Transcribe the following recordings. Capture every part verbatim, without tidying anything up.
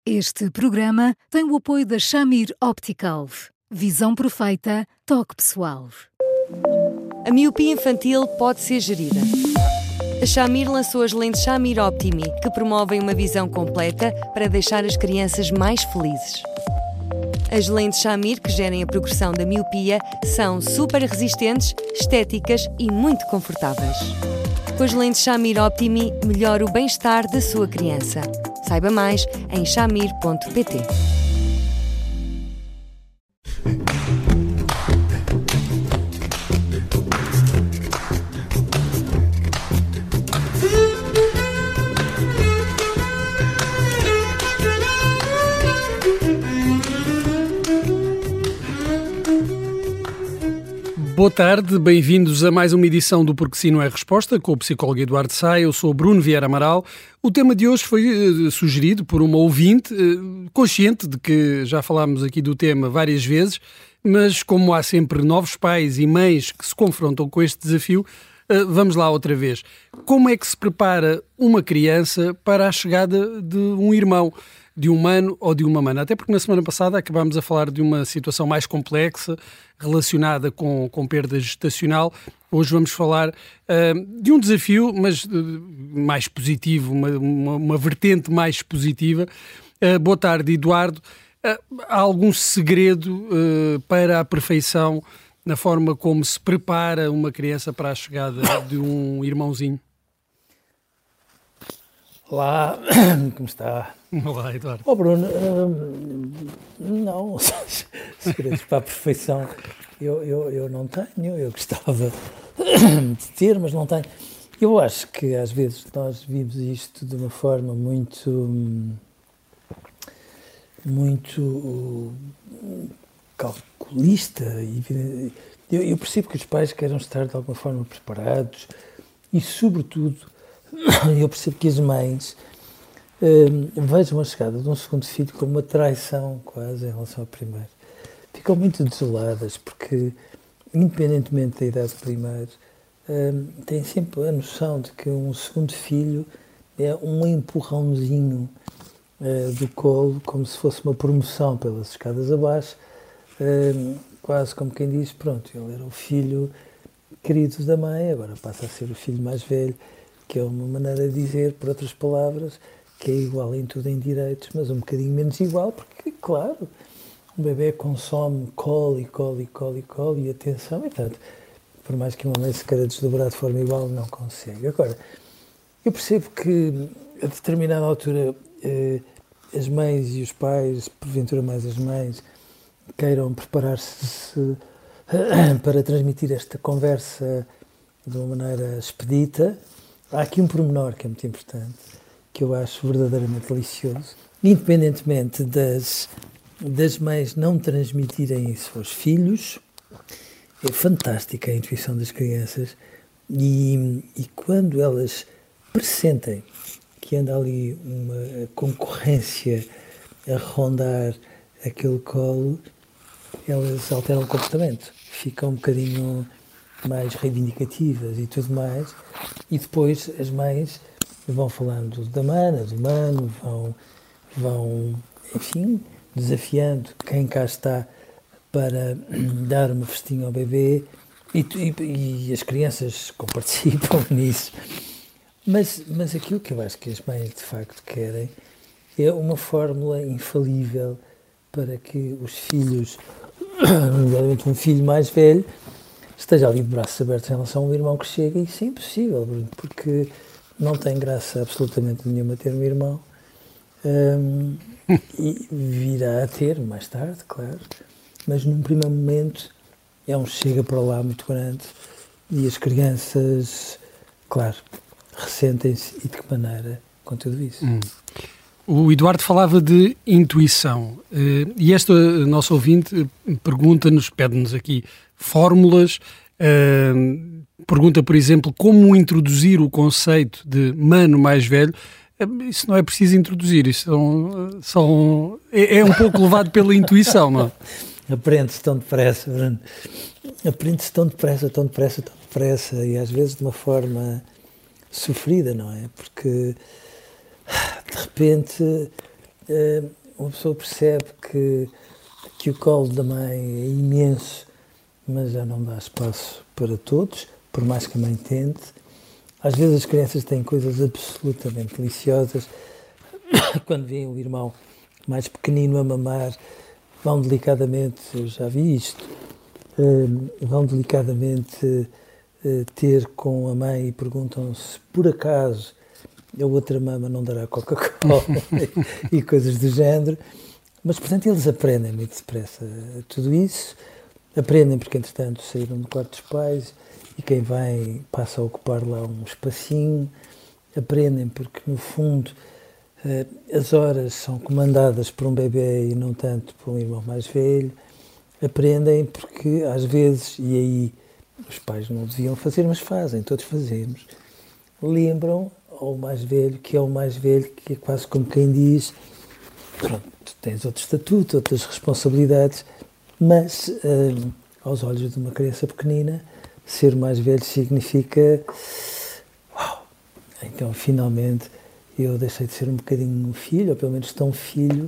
Este programa tem o apoio da Shamir Optical. Visão perfeita, toque pessoal. A miopia infantil pode ser gerida. A Shamir lançou as lentes Shamir Optimi, que promovem uma visão completa para deixar as crianças mais felizes. As lentes Shamir, que gerem a progressão da miopia, são super resistentes, estéticas e muito confortáveis. Com as lentes Shamir Optimi, melhora o bem-estar da sua criança. Saiba mais em shamir ponto pt. Boa tarde, bem-vindos a mais uma edição do Porque Sim Não É Resposta, com o psicólogo Eduardo Sá. Eu sou Bruno Vieira Amaral. O tema de hoje foi uh, sugerido por uma ouvinte, uh, consciente de que já falámos aqui do tema várias vezes, mas como há sempre novos pais e mães que se confrontam com este desafio, uh, vamos lá outra vez. Como é que se prepara uma criança para a chegada de um irmão, de um mano ou de uma mana? Até porque na semana passada acabámos a falar de uma situação mais complexa relacionada com, com perda gestacional. Hoje vamos falar uh, de um desafio, mas uh, mais positivo, uma, uma, uma vertente mais positiva. Uh, boa tarde, Eduardo. Uh, há algum segredo uh, para a perfeição na forma como se prepara uma criança para a chegada de um irmãozinho? Olá, como está? Olá, Eduardo. Oh, Bruno, hum, não, segredos para a perfeição eu, eu, eu não tenho, eu gostava de ter, mas não tenho. Eu acho que às vezes nós vimos isto de uma forma muito, muito calculista. E eu, eu percebo que os pais queiram estar de alguma forma preparados e, sobretudo, eu percebo que as mães hum, vejam a chegada de um segundo filho como uma traição quase em relação ao primeiro. Ficam muito desoladas porque, independentemente da idade do primeiro, hum, têm sempre a noção de que um segundo filho é um empurrãozinho uh, do colo, como se fosse uma promoção pelas escadas abaixo, hum, quase como quem diz, pronto, ele era o filho querido da mãe, agora passa a ser o filho mais velho, que é uma maneira de dizer, por outras palavras, que é igual em tudo em direitos, mas um bocadinho menos igual, porque, claro, um bebê consome colo e colo e colo e colo e atenção, e portanto, por mais que uma mãe se queira desdobrar de forma igual, não consegue. Agora, eu percebo que, a determinada altura, eh, as mães e os pais, porventura mais as mães, queiram preparar-se para transmitir esta conversa de uma maneira expedita. Há aqui um pormenor que é muito importante, que eu acho verdadeiramente delicioso. Independentemente das, das mães não transmitirem isso aos filhos, é fantástica a intuição das crianças e, e quando elas pressentem que anda ali uma concorrência a rondar aquele colo, elas alteram o comportamento, ficam um bocadinho mais reivindicativas e tudo mais, e depois as mães vão falando da mana, do mano, vão, vão, enfim, desafiando quem cá está para dar uma festinha ao bebê, e, e, e as crianças comparticipam nisso. Mas, mas aquilo que eu acho que as mães de facto querem é uma fórmula infalível para que os filhos, nomeadamente um filho mais velho, esteja ali de braços abertos em relação a um irmão que chega, e isso é impossível, Bruno, porque não tem graça absolutamente nenhuma ter um irmão, um, e virá a ter mais tarde, claro, mas num primeiro momento é um chega para lá muito grande e as crianças, claro, ressentem-se, e de que maneira com tudo isso. Hum. O Eduardo falava de intuição, e esta nossa ouvinte pergunta-nos, pede-nos aqui fórmulas, uh, pergunta, por exemplo, como introduzir o conceito de mano mais velho. Isso não é preciso introduzir, isso são, são, é, é um pouco levado pela intuição, não é? Aprende-se tão depressa, Bruno. Aprende-se tão depressa, tão depressa, tão depressa, e às vezes de uma forma sofrida, não é? Porque de repente uma pessoa percebe que, que o colo da mãe é imenso, mas já não dá espaço para todos, por mais que a mãe tente. Às vezes as crianças têm coisas absolutamente deliciosas. Quando veem o irmão mais pequenino a mamar, vão delicadamente, eu já vi isto, vão delicadamente ter com a mãe e perguntam se por acaso a outra mama não dará Coca-Cola e coisas do género. Mas, portanto, eles aprendem muito depressa tudo isso. Aprendem porque, entretanto, saíram do quarto dos pais e quem vem passa a ocupar lá um espacinho. Aprendem porque, no fundo, as horas são comandadas por um bebê e não tanto por um irmão mais velho. Aprendem porque, às vezes, e aí os pais não deviam fazer, mas fazem, todos fazemos, lembram ao mais velho que é o mais velho, que é quase como quem diz, pronto, tu tens outro estatuto, outras responsabilidades, mas uh, aos olhos de uma criança pequenina, ser mais velho significa, uau, então finalmente eu deixei de ser um bocadinho um filho, ou pelo menos tão filho,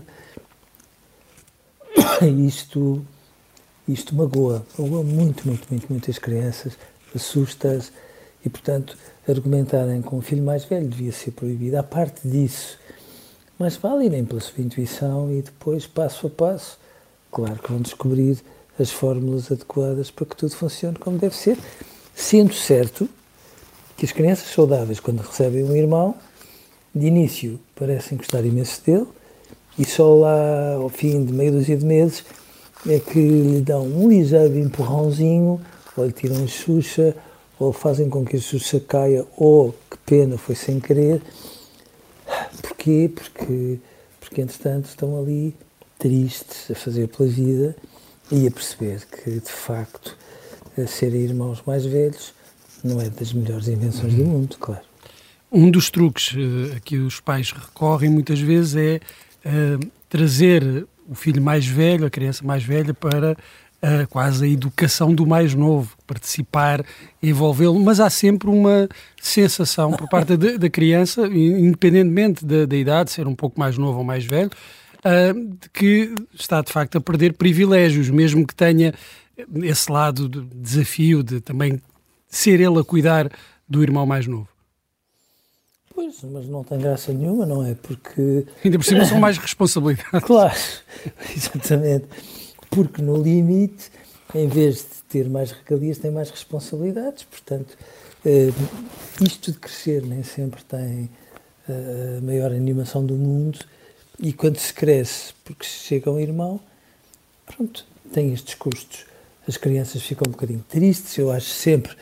e isto, isto magoa, magoa muito, muito, muito, muito as crianças, assusta-as, e portanto argumentarem com o filho mais velho devia ser proibido. À parte disso, mas vale irem pela sua intuição e depois, passo a passo, claro que vão descobrir as fórmulas adequadas para que tudo funcione como deve ser, sendo certo que as crianças saudáveis, quando recebem um irmão, de início parecem gostar imenso dele e só lá ao fim de meia dúzia de meses é que lhe dão um ligeiro empurrãozinho, ou lhe tiram a xuxa, ou fazem com que a xuxa caia, ou, que pena, foi sem querer. Porquê? Porque, porque entretanto, estão ali tristes a fazer pela vida e a perceber que, de facto, a serem irmãos mais velhos não é das melhores invenções do mundo, claro. Um dos truques uh, a que os pais recorrem muitas vezes é uh, trazer o filho mais velho, a criança mais velha, para uh, quase a educação do mais novo, participar, envolvê-lo, mas há sempre uma sensação por parte da, da criança, independentemente da, da idade, ser um pouco mais novo ou mais velho, uh, de que está de facto a perder privilégios, mesmo que tenha esse lado de desafio de também ser ele a cuidar do irmão mais novo. Pois, mas não tem graça nenhuma, não é? Porque... Ainda por cima são mais responsabilidades. Claro, exatamente. Porque no limite, em vez de ter mais regalias, tem mais responsabilidades. Portanto, eh, isto de crescer nem sempre tem a maior animação do mundo e quando se cresce, porque chega um irmão, pronto, tem estes custos. As crianças ficam um bocadinho tristes, eu acho sempre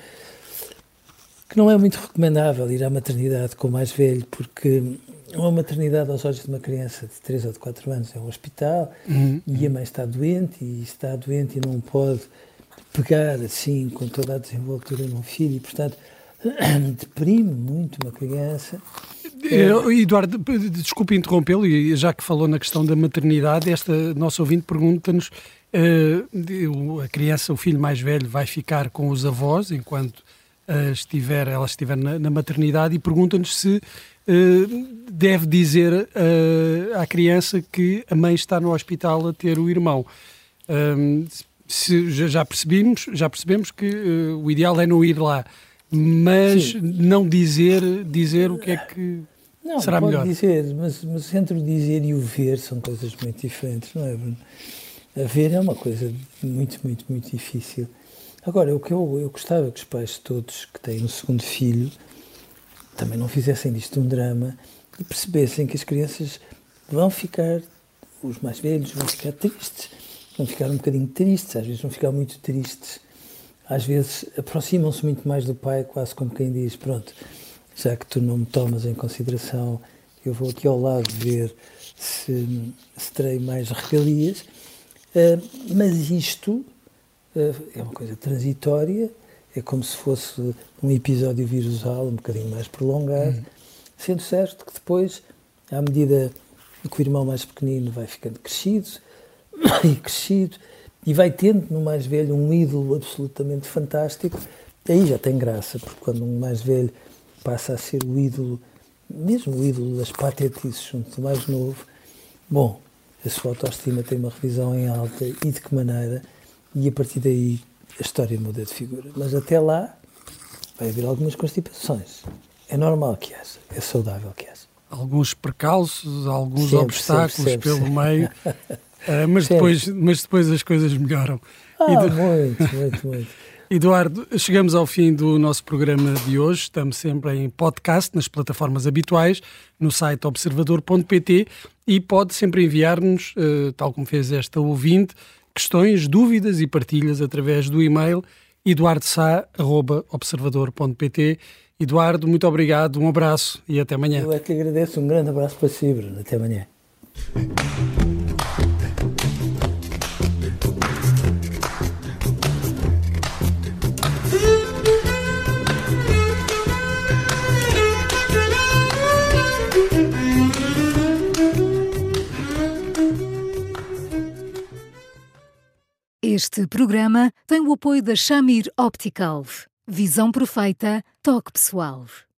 que não é muito recomendável ir à maternidade com o mais velho, porque uma maternidade aos olhos de uma criança de três ou de quatro anos é um hospital, uhum. e a mãe está doente, e está doente e não pode pegar assim com toda a desenvoltura num filho, e portanto deprime muito uma criança. Eduardo, desculpe interrompê-lo, e já que falou na questão da maternidade, esta nossa ouvinte pergunta-nos, uh, a criança, o filho mais velho, vai ficar com os avós enquanto Uh, estiver, ela estiver na, na maternidade, e pergunta-nos se uh, deve dizer uh, à criança que a mãe está no hospital a ter o irmão. Um, se, já, já, percebemos, já percebemos que uh, o ideal é não ir lá, mas Sim. não dizer, dizer o que é que não, será pode melhor. Dizer, mas, mas entre o dizer e o ver são coisas muito diferentes, não é, Bruno? A ver é uma coisa muito, muito, muito difícil. Agora, o que eu, eu gostava que os pais todos que têm um segundo filho também não fizessem disto um drama e percebessem que as crianças vão ficar, os mais velhos vão ficar tristes, vão ficar um bocadinho tristes, às vezes vão ficar muito tristes, às vezes aproximam-se muito mais do pai, quase como quem diz, pronto, já que tu não me tomas em consideração, eu vou aqui ao lado ver se, se terei mais regalias, uh, mas isto... é uma coisa transitória, é como se fosse um episódio virusal um bocadinho mais prolongado, uhum. sendo certo que depois, à medida que o irmão mais pequenino vai ficando crescido, e crescido, e vai tendo no mais velho um ídolo absolutamente fantástico, aí já tem graça, porque quando um mais velho passa a ser o ídolo, mesmo o ídolo das patetices junto do mais novo, bom, a sua autoestima tem uma revisão em alta e de que maneira, e a partir daí a história muda de figura. Mas até lá vai haver algumas constipações. É normal que haja, é saudável que haja. Alguns percalços, alguns Sempre, obstáculos sempre, sempre, pelo sempre. meio, uh, mas, depois, mas depois as coisas melhoram. Ah, Edu... muito, muito, muito. Eduardo, chegamos ao fim do nosso programa de hoje. Estamos sempre em podcast, nas plataformas habituais, no site observador ponto pt, e pode sempre enviar-nos, uh, tal como fez esta ouvinte, questões, dúvidas e partilhas através do e-mail eduardo sá arroba observador ponto pt. Eduardo, muito obrigado, um abraço e até amanhã. Eu é que agradeço, um grande abraço para si, Bruno. Até amanhã. Este programa tem o apoio da Shamir Optical. Visão perfeita, toque pessoal.